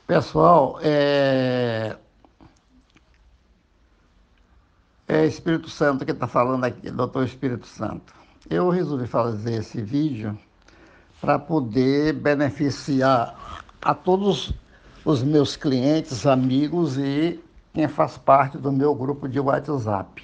Pessoal, é Espírito Santo que está falando aqui, doutor Espírito Santo. Eu resolvi fazer esse vídeo para poder beneficiar a todos os meus clientes, amigos e quem faz parte do meu grupo de WhatsApp.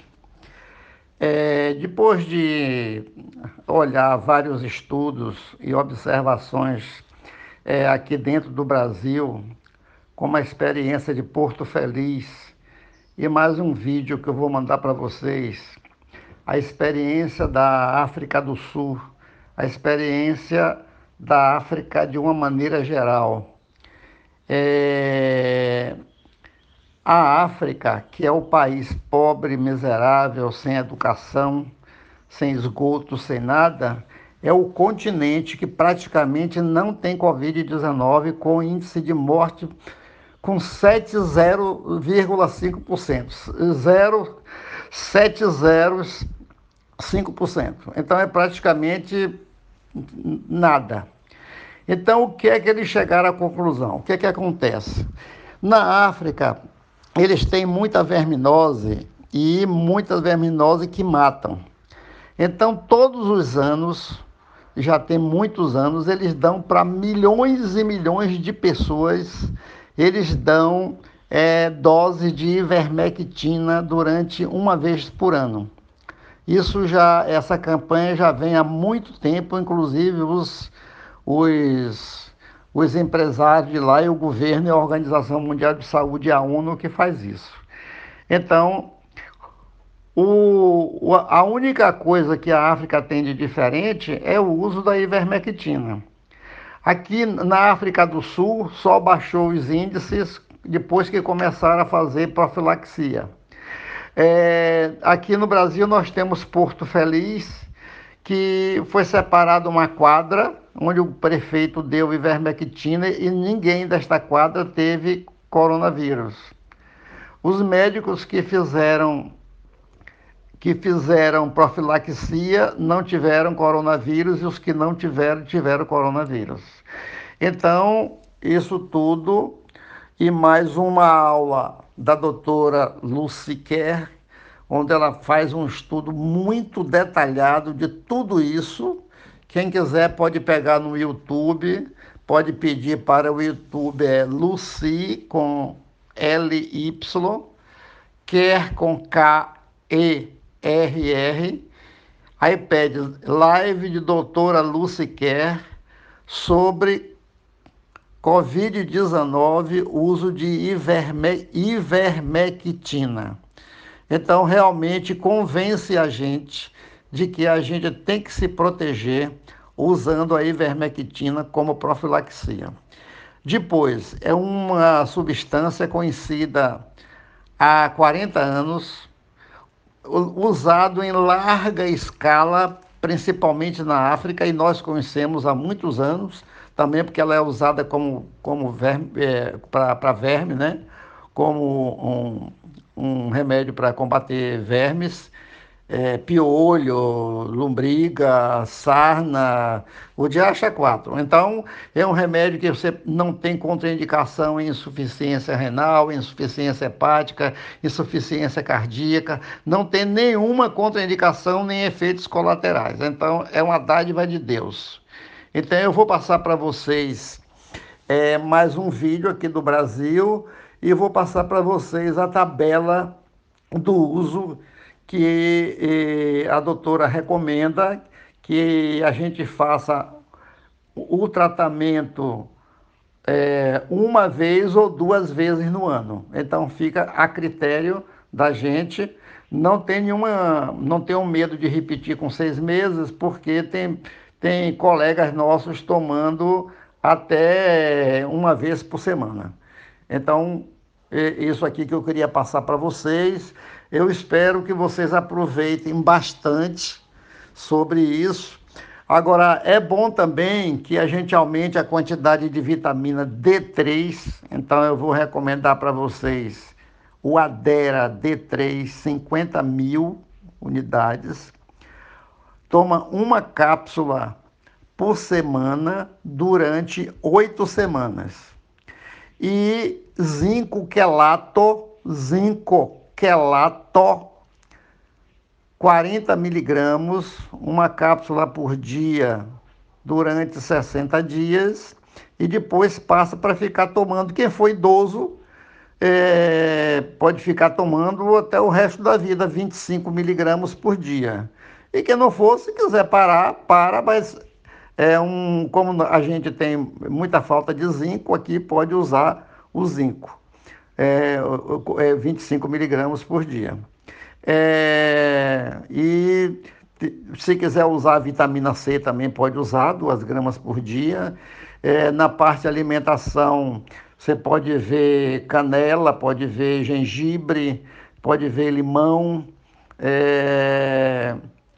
Depois de olhar vários estudos e observações aqui dentro do Brasil, como a experiência de Porto Feliz, e mais um vídeo que eu vou mandar para vocês, a experiência da África do Sul, a experiência da África de uma maneira geral. É... A África, que é o país pobre, miserável, sem educação, sem esgoto, sem nada, é o continente que praticamente não tem Covid-19, com índice de morte com 0,5%. 0,705%. Então é praticamente nada. Então o que é que eles chegaram à conclusão? O que é que acontece? Na África, eles têm muita verminose e muitas verminose que matam. Então todos os anos, já tem muitos anos, eles dão para milhões e milhões de pessoas, eles dão dose de ivermectina durante uma vez por ano. Essa campanha já vem há muito tempo, inclusive os, os empresários de lá e o governo e a Organização Mundial de Saúde, a ONU, que faz isso. Então, a única coisa que a África tem de diferente é o uso da ivermectina. Aqui na África do Sul só baixou os índices depois que começaram a fazer profilaxia. Aqui no Brasil nós temos Porto Feliz, que foi separada uma quadra, onde o prefeito deu ivermectina e ninguém desta quadra teve coronavírus. Os médicos que fizeram profilaxia não tiveram coronavírus e os que não tiveram coronavírus. Então, isso tudo e mais uma aula da doutora Lucy Kerr, onde ela faz um estudo muito detalhado de tudo isso. Quem quiser pode pegar no YouTube, pode pedir para o YouTube, Lucy com L-Y, Kerr com K-E-R-R, aí pede live de doutora Lucy Kerr sobre Covid-19, uso de ivermectina. Então, realmente convence a gente de que a gente tem que se proteger usando a ivermectina como profilaxia. Depois, é uma substância conhecida há 40 anos, usado em larga escala, principalmente na África, e nós conhecemos há muitos anos, também porque ela é usada como verme, para verme, né? Como um remédio para combater vermes, piolho, lombriga, sarna, o diacho é 4. Então, é um remédio que você não tem contraindicação em insuficiência renal, insuficiência hepática, insuficiência cardíaca, não tem nenhuma contraindicação nem efeitos colaterais. Então, é uma dádiva de Deus. Então, eu vou passar para vocês mais um vídeo aqui do Brasil e vou passar para vocês a tabela do uso que a doutora recomenda que a gente faça o tratamento uma vez ou duas vezes no ano. Então fica a critério da gente. Não tenham medo de repetir com 6 meses, porque tem colegas nossos tomando até uma vez por semana. Então, isso aqui que eu queria passar para vocês. Eu espero que vocês aproveitem bastante sobre isso. Agora, é bom também que a gente aumente a quantidade de vitamina D3. Então, eu vou recomendar para vocês o Adera D3, 50 mil unidades. Toma uma cápsula por semana durante 8 semanas. e zinco quelato, 40 miligramas, uma cápsula por dia durante 60 dias e depois passa para ficar tomando. Quem for idoso pode ficar tomando até o resto da vida, 25 miligramas por dia. E quem não for, se quiser parar, para, mas como a gente tem muita falta de zinco, aqui pode usar o zinco, 25 miligramas por dia. E se quiser usar a vitamina C também pode usar 2 gramas por dia. Na parte de alimentação, você pode ver canela, pode ver gengibre, pode ver limão. É,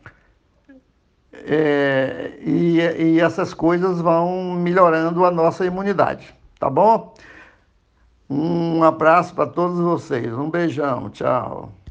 e essas coisas vão melhorando a nossa imunidade, tá bom? Um abraço para todos vocês, um beijão, tchau.